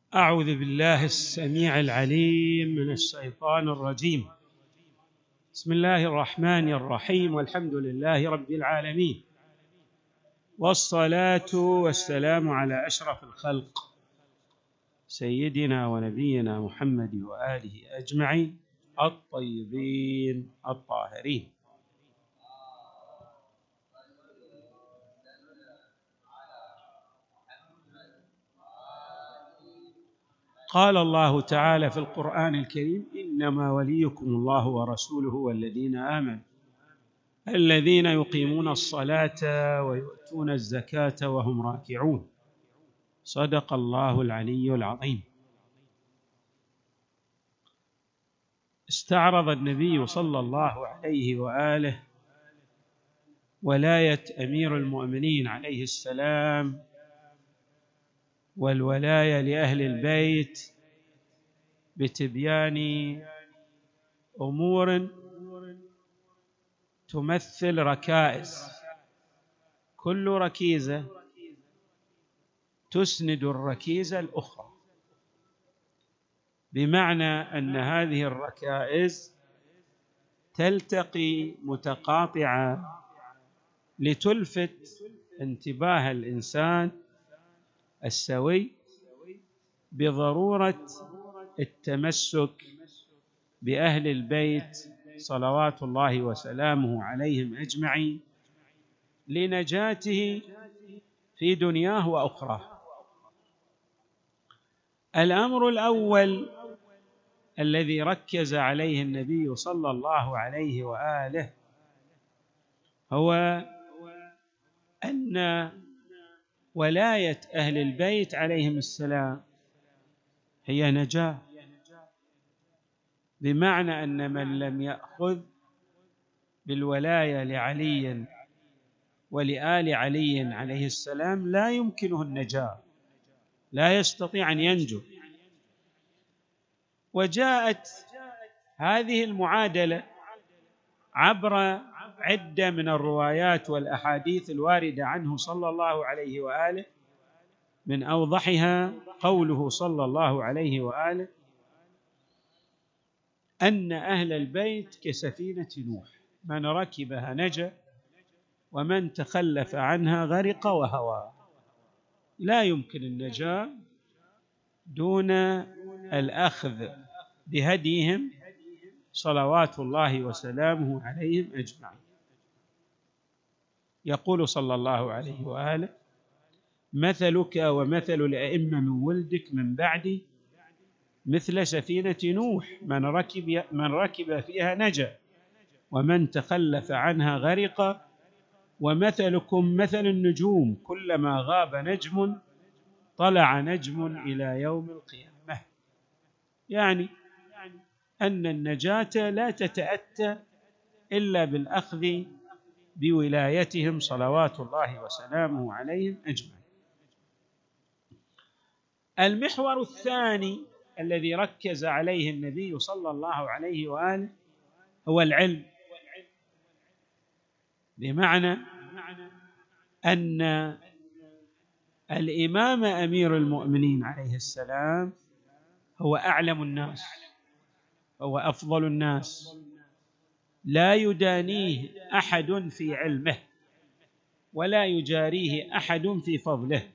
أعوذ بالله السميع العليم من الشيطان الرجيم. بسم الله الرحمن الرحيم، والحمد لله رب العالمين، والصلاة والسلام على أشرف الخلق سيدنا ونبينا محمد وآله أجمعين الطيبين الطاهرين. قال الله تعالى في القرآن الكريم: إنما وليكم الله ورسوله والذين آمنوا الذين يقيمون الصلاة ويؤتون الزكاة وهم راكعون. صدق الله العلي العظيم. استعرض النبي صلى الله عليه وآله ولاية أمير المؤمنين عليه السلام والولاية لأهل البيت بتبيان أمور تمثل ركائز، كل ركيزة تسند الركيزة الأخرى، بمعنى أن هذه الركائز تلتقي متقاطعة لتلفت انتباه الإنسان السوي بضرورة التمسك بأهل البيت صلوات الله وسلامه عليهم أجمعين لنجاته في دنياه وأخراه. الأمر الأول الذي ركز عليه النبي صلى الله عليه وآله هو أن ولاية أهل البيت عليهم السلام هي نجاة، بمعنى أن من لم يأخذ بالولاية لعلي ولآل علي عليه السلام لا يمكنه النجاة، لا يستطيع أن ينجو. وجاءت هذه المعادلة عبر عدة من الروايات والأحاديث الواردة عنه صلى الله عليه وآله، من أوضحها قوله صلى الله عليه وآله: أن أهل البيت كسفينة نوح، من ركبها نجا ومن تخلف عنها غرق وهوى. لا يمكن النجاة دون الأخذ بهديهم صلوات الله وسلامه عليهم أجمعين. يقول صلى الله عليه وآله: مثلك ومثل الأئمة من ولدك من بعدي مثل سفينة نوح، من ركب فيها نجا ومن تخلف عنها غرق، ومثلكم مثل النجوم كلما غاب نجم طلع نجم إلى يوم القيامة. يعني أن النجاة لا تتأتى إلا بالأخذ بولايتهم صلوات الله وسلامه عليهم أجمعين. المحور الثاني الذي ركز عليه النبي صلى الله عليه وآله هو العلم، بمعنى أن الإمام أمير المؤمنين عليه السلام هو أعلم الناس، هو أفضل الناس، لا يدانيه أحد في علمه ولا يجاريه أحد في فضله.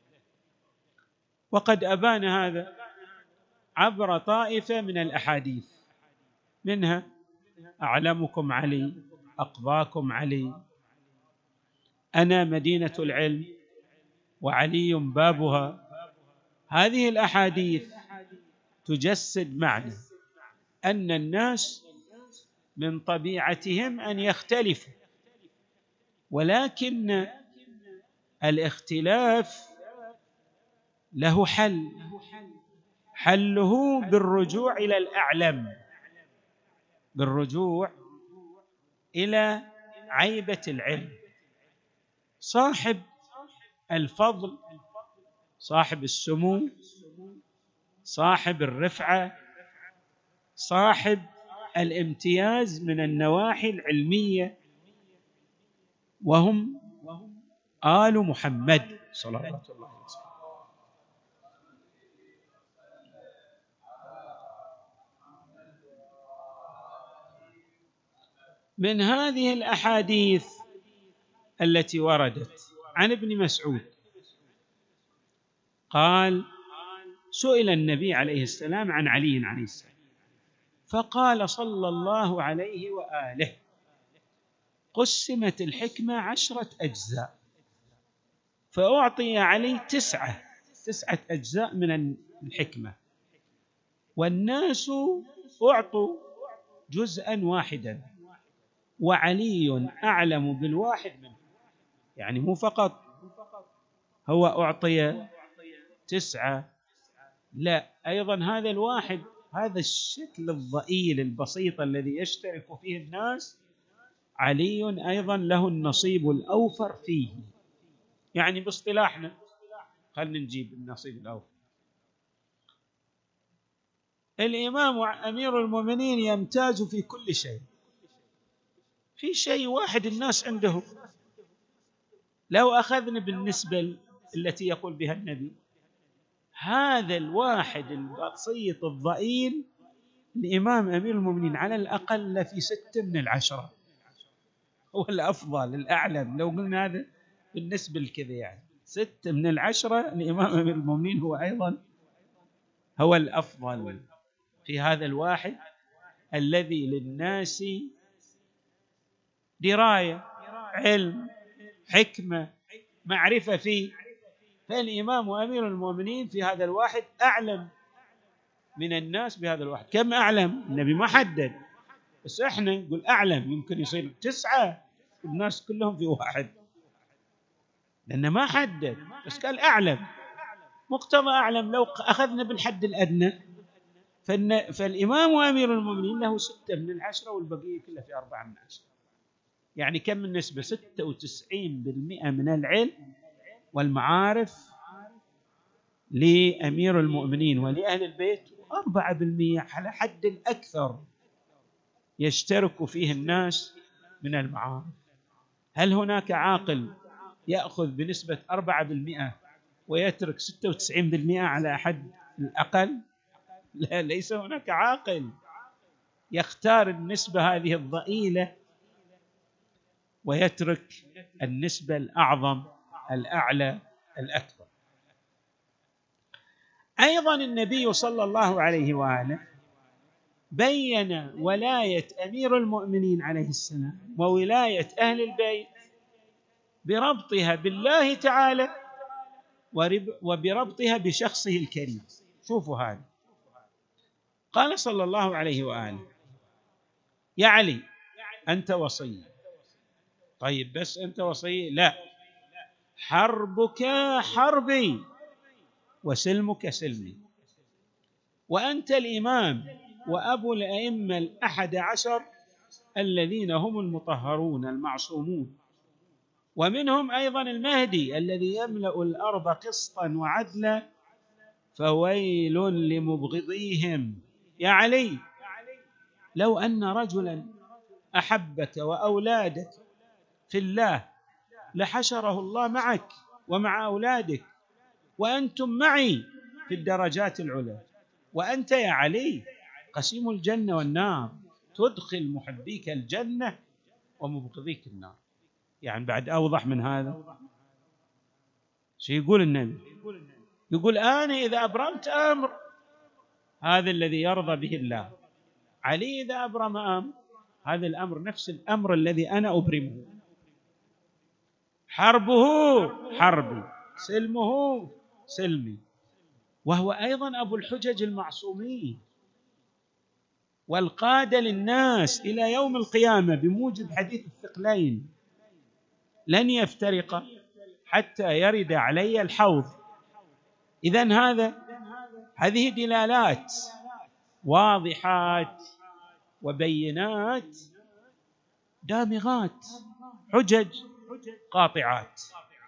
وقد أبان هذا عبر طائفة من الأحاديث، منها: أعلمكم علي، أقضاكم علي، أنا مدينة العلم وعلي بابها. هذه الأحاديث تجسد معنى أن الناس من طبيعتهم أن يختلفوا، ولكن الاختلاف له حله بالرجوع إلى الأعلم، بالرجوع إلى عيبة العلم. صاحب الفضل، صاحب السمو، صاحب الرفعة، صاحب الامتياز من النواحي العلمية، وهم آل محمد صلى الله عليه وسلم. من هذه الأحاديث التي وردت عن ابن مسعود قال: سئل النبي عليه السلام عن علي عليه السلام فقال صلى الله عليه وآله: قسمت الحكمة 10 أجزاء، فأعطي علي 9 أجزاء من الحكمة، والناس أعطوا جزءا واحدا، وعلي أعلم بالواحد منه. يعني مو فقط هو أعطي 9، لا، أيضا هذا الواحد، هذا الشكل الضئيل البسيط الذي يشترك فيه الناس، علي أيضا له النصيب الأوفر فيه. يعني باصطلاحنا خلينا نجيب النصيب الأوفر. الإمام أمير المؤمنين يمتاز في كل شيء، في شيء واحد الناس عندهم. لو أخذنا بالنسبة التي يقول بها النبي، هذا الواحد البسيط الضئيل الإمام أمير المؤمنين على الأقل في 6 من 10، هو الأفضل الأعلم. لو قلنا هذا بالنسبة لكذا، يعني 6 من 10 الإمام أمير المؤمنين هو أيضا هو الأفضل في هذا الواحد الذي للناس دراية، علم، حكمة، معرفة فيه. فالإمام أمير المؤمنين في هذا الواحد أعلم من الناس بهذا الواحد. كم أعلم؟ النبي ما حدد، بس إحنا نقول أعلم. يمكن يصير 9 الناس كلهم في واحد، لأنه ما حدد، بس قال أعلم. مقتضى أعلم لو أخذنا بالحد الأدنى، فالإمام أمير المؤمنين له 6 من 10 والبقية كلها في 4 من 10. يعني كم النسبة؟ 96% من العلم والمعارف لأمير المؤمنين ولأهل البيت، 4% على حد الأكثر يشترك فيه الناس من المعارف. هل هناك عاقل يأخذ بنسبة 4% ويترك 96% على حد الأقل؟ لا، ليس هناك عاقل يختار النسبة هذه الضئيلة ويترك النسبة الأعظم الأعلى الأكبر. أيضا النبي صلى الله عليه وآله بين ولاية أمير المؤمنين عليه السلام وولاية أهل البيت بربطها بالله تعالى وبربطها بشخصه الكريم. شوفوا هذا، قال صلى الله عليه وآله: يا علي أنت وصي. طيب بس أنت وصي؟ لا، حربك حربي وسلمك سلمي، وأنت الإمام وأبو الأئمة 11 الذين هم المطهرون المعصومون، ومنهم أيضا المهدي الذي يملأ الأرض قسطا وعدلا، فويل لمبغضيهم. يا علي، لو أن رجلا أحبك وأولادك في الله لحشره الله معك ومع أولادك، وأنتم معي في الدرجات العلى، وأنت يا علي قسيم الجنة والنار، تدخل محبيك الجنة ومبغضيك النار. يعني بعد أوضح من هذا؟ شو يقول النبي؟ يقول: أنا إذا أبرمت أمر، هذا الذي يرضى به الله. علي إذا أبرم أمر، هذا الأمر نفس الأمر الذي أنا أبرمه. حربه حربي، سلمه سلمي، وهو أيضا أبو الحجج المعصومين والقادة للناس إلى يوم القيامة بموجب حديث الثقلين: لن يفترق حتى يرد علي الحوض. إذن هذه دلالات واضحات وبينات دامغات، حجج قاطعات.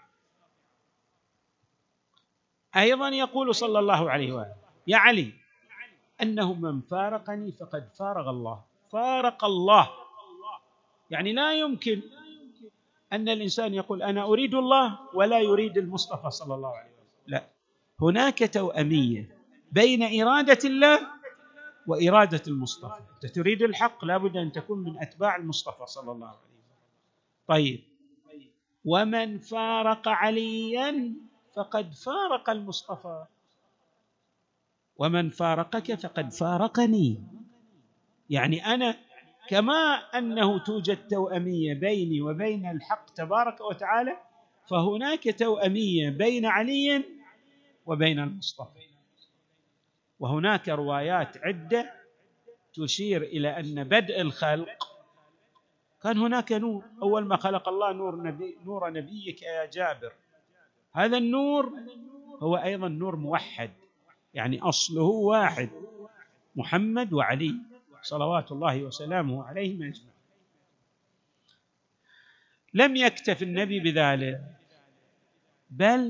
أيضا يقول صلى الله عليه وآله: يا علي، أنه من فارقني فقد فارق الله. فارق الله، يعني لا يمكن أن الإنسان يقول أنا أريد الله ولا يريد المصطفى صلى الله عليه وسلم. لا، هناك توأمية بين إرادة الله وإرادة المصطفى. أنت تريد الحق لابد أن تكون من أتباع المصطفى صلى الله عليه وسلم. طيب، ومن فارق عليا فقد فارق المصطفى، ومن فارقك فقد فارقني. يعني أنا كما أنه توجد توأمية بيني وبين الحق تبارك وتعالى، فهناك توأمية بين علي وبين المصطفى. وهناك روايات عدة تشير إلى أن بدء الخلق كان هناك نور. أول ما خلق الله نور نبيك يا جابر، هذا النور هو أيضا نور موحد، يعني أصله واحد، محمد وعلي صلوات الله وسلامه عليهم أجمعين. لم يكتف النبي بذلك، بل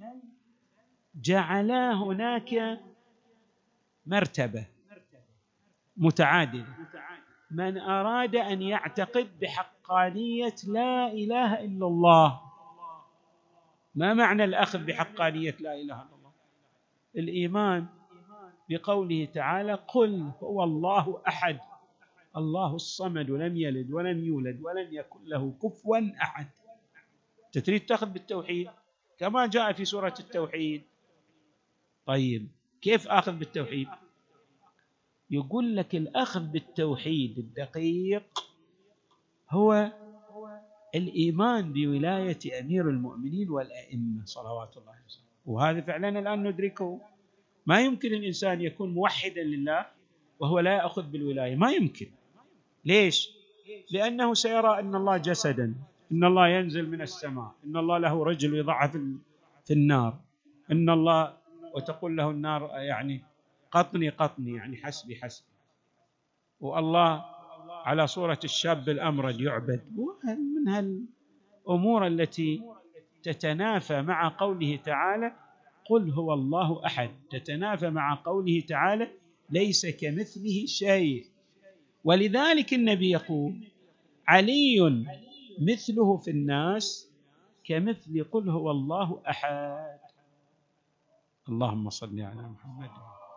جعل هناك مرتبة متعادلة. من أراد أن يعتقد بحقانية لا إله إلا الله. ما معنى الأخذ بحقانية لا إله إلا الله؟ الإيمان بقوله تعالى: قل هو الله أحد الله الصمد لم يلد ولم يولد ولم يكن له كفوا أحد. تريد تأخذ بالتوحيد كما جاء في سورة التوحيد. طيب، كيف آخذ بالتوحيد؟ يقول لك الأخذ بالتوحيد الدقيق هو الإيمان بولاية أمير المؤمنين والأئمة صلوات الله عليه وسلم. وهذا فعلا الآن ندركه. ما يمكن الإنسان يكون موحدا لله وهو لا يأخذ بالولاية، ما يمكن. ليش؟ لأنه سيرى أن الله جسدا، إن الله ينزل من السماء، إن الله له رجل يضعها في النار، إن الله وتقول له النار يعني قطني قطني، يعني حسبي حسبي، والله على صورة الشاب الأمرد يعبد. من هالأمور التي تتنافى مع قوله تعالى: قل هو الله أحد، تتنافى مع قوله تعالى: ليس كمثله شيء. ولذلك النبي يقول: علي مثله في الناس كمثل قل هو الله أحد. اللهم صل على محمد.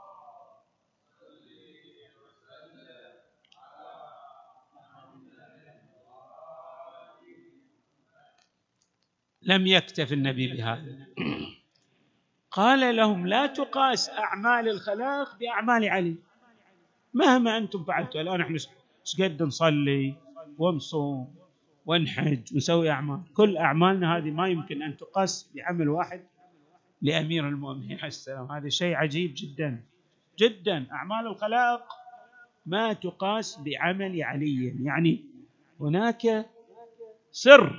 لم يكتف النبي بهذا، قال لهم: لا تقاس أعمال الخلائق بأعمال علي. مهما أنتم فعلتوا الآن، نحن قد نصلي ونصوم ونحج ونسوي أعمال، كل أعمالنا هذه ما يمكن أن تقاس بعمل واحد لأمير المؤمنين عليه السلام. هذا شيء عجيب جدا جدا. أعمال الخلائق ما تقاس بعمل علي، يعني هناك سر.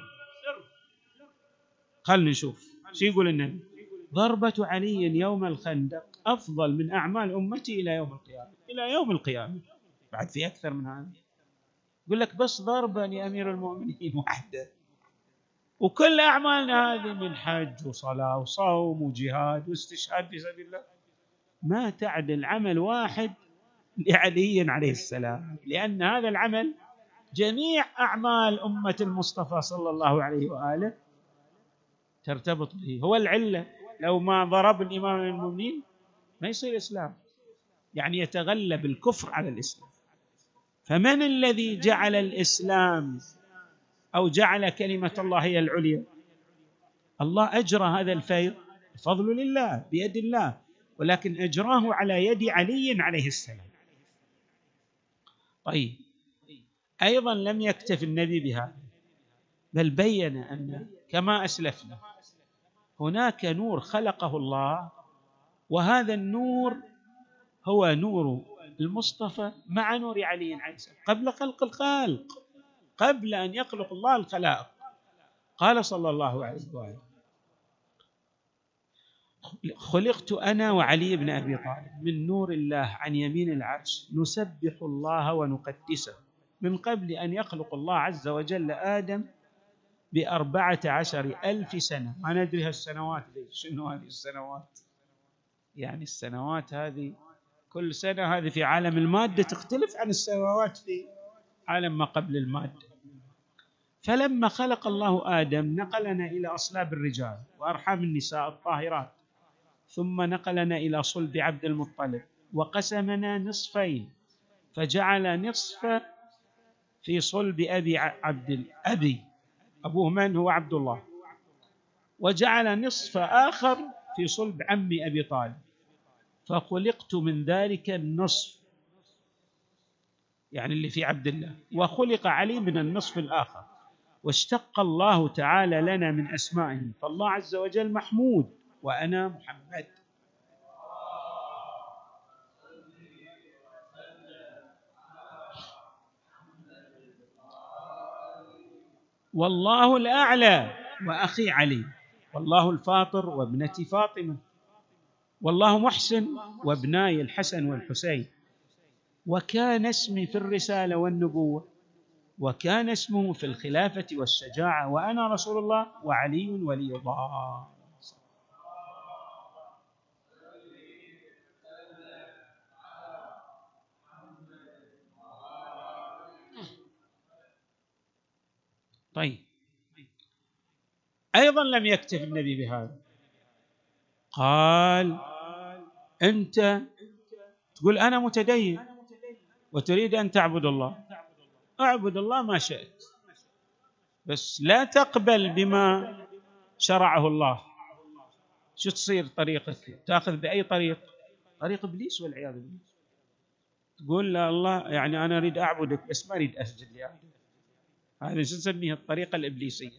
خلنا نشوف شو يقول النبي: ضربة علي يوم الخندق أفضل من أعمال أمتي إلى يوم القيامة. إلى يوم القيامة، بعد في أكثر من هذا. يقول لك بس ضربة لأمير المؤمنين وحده، وكل أعمالنا هذه من حج وصلاة وصوم وجهاد واستشهاد في سبيل الله ما تعدل عمل واحد لعلي عليه السلام، لأن هذا العمل جميع أعمال أمة المصطفى صلى الله عليه وآله ترتبط به. هو العلة. لو ما ضرب الإمام المؤمنين ما يصير إسلام، يعني يتغلب الكفر على الإسلام. فمن الذي جعل الإسلام أو جعل كلمة الله هي العليا؟ الله أجرى هذا الفيض، الفضل لله بيد الله، ولكن أجراه على يد علي عليه السلام. طيب، أيضا لم يكتف النبي بهذا، بل بين أن كما أسلفنا هناك نور خلقه الله، وهذا النور هو نور المصطفى مع نور علي عليه السلام قبل خلق الخالق، قبل أن يخلق الله الخلائق. قال صلى الله عليه وآله: خلقت أنا وعلي بن أبي طالب من نور الله عن يمين العرش نسبح الله ونقدسه من قبل أن يخلق الله عز وجل آدم ب14,000 سنة. ما ندري هالسنوات شنو هذه السنوات، يعني السنوات هذه كل سنة هذه في عالم المادة تختلف عن السنوات في عالم ما قبل المادة. فلما خلق الله آدم نقلنا إلى أصلاب الرجال وأرحام النساء الطاهرات، ثم نقلنا إلى صلب عبد المطلب وقسمنا نصفين، فجعل نصف في صلب أبي أبوه من هو عبد الله، وجعل نصف آخر في صلب عمي أبي طالب، فخلقت من ذلك النصف، يعني اللي في عبد الله، وخلق علي من النصف الآخر. واشتق الله تعالى لنا من أسمائه، فالله عز وجل محمود وأنا محمد. والله الأعلى وأخي علي، والله الفاطر وابنتي فاطمة، والله محسن وابناي الحسن والحسين. وكان اسمي في الرسالة والنبوة، وكان اسمه في الخلافة والشجاعة، وأنا رسول الله وعلي ولي الله. طيب، أيضا لم يكتف النبي بهذا، قال: أنت تقول أنا متدين وتريد أن تعبد الله، أعبد الله ما شئت، بس لا تقبل بما شرعه الله. شو تصير طريقك؟ تأخذ بأي طريق؟ طريق إبليس والعياذ بالله. تقول لا الله، يعني أنا أريد أعبدك بس ما أريد أسجد لأحد، هذا شو نسميه؟ الطريقة الإبليسية.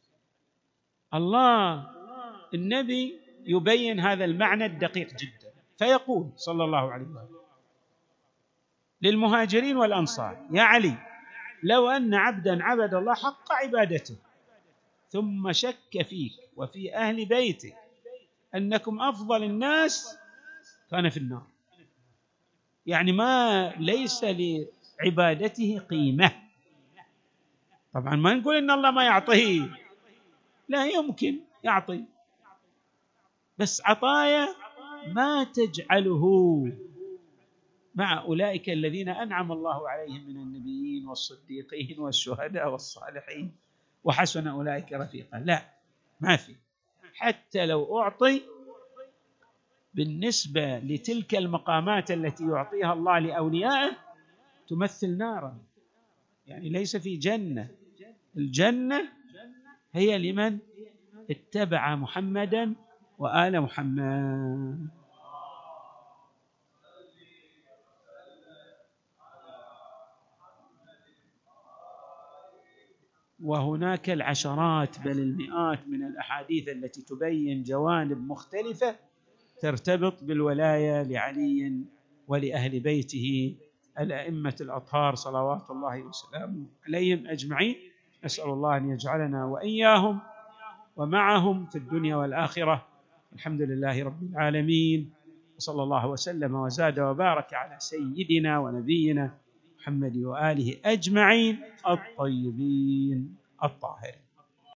الله النبي يبين هذا المعنى الدقيق جدا، فيقول صلى الله عليه وسلم للمهاجرين والأنصار: يا علي، لو أن عبدا عبد الله حق عبادته ثم شك فيك وفي أهل بيتك أنكم أفضل الناس كان في النار. يعني ما ليس لعبادته قيمة. طبعا ما نقول إن الله ما يعطيه، لا، يمكن يعطي، بس عطايا ما تجعله مع أولئك الذين أنعم الله عليهم من النبيين والصديقين والشهداء والصالحين وحسن أولئك رفيقا. لا، ما في. حتى لو أعطي بالنسبة لتلك المقامات التي يعطيها الله لأوليائه تمثل نارا، يعني ليس في جنة. الجنة هي لمن اتبع محمدا وآل محمد. وهناك العشرات بل المئات من الأحاديث التي تبين جوانب مختلفة ترتبط بالولاية لعلي ولأهل بيته الأئمة الأطهار صلوات الله وسلامه عليهم أجمعين. أسأل الله أن يجعلنا وإياهم ومعهم في الدنيا والآخرة. الحمد لله رب العالمين، وصلى الله وسلم وزاد وبارك على سيدنا ونبينا محمد وآله أجمعين الطيبين الطاهرين.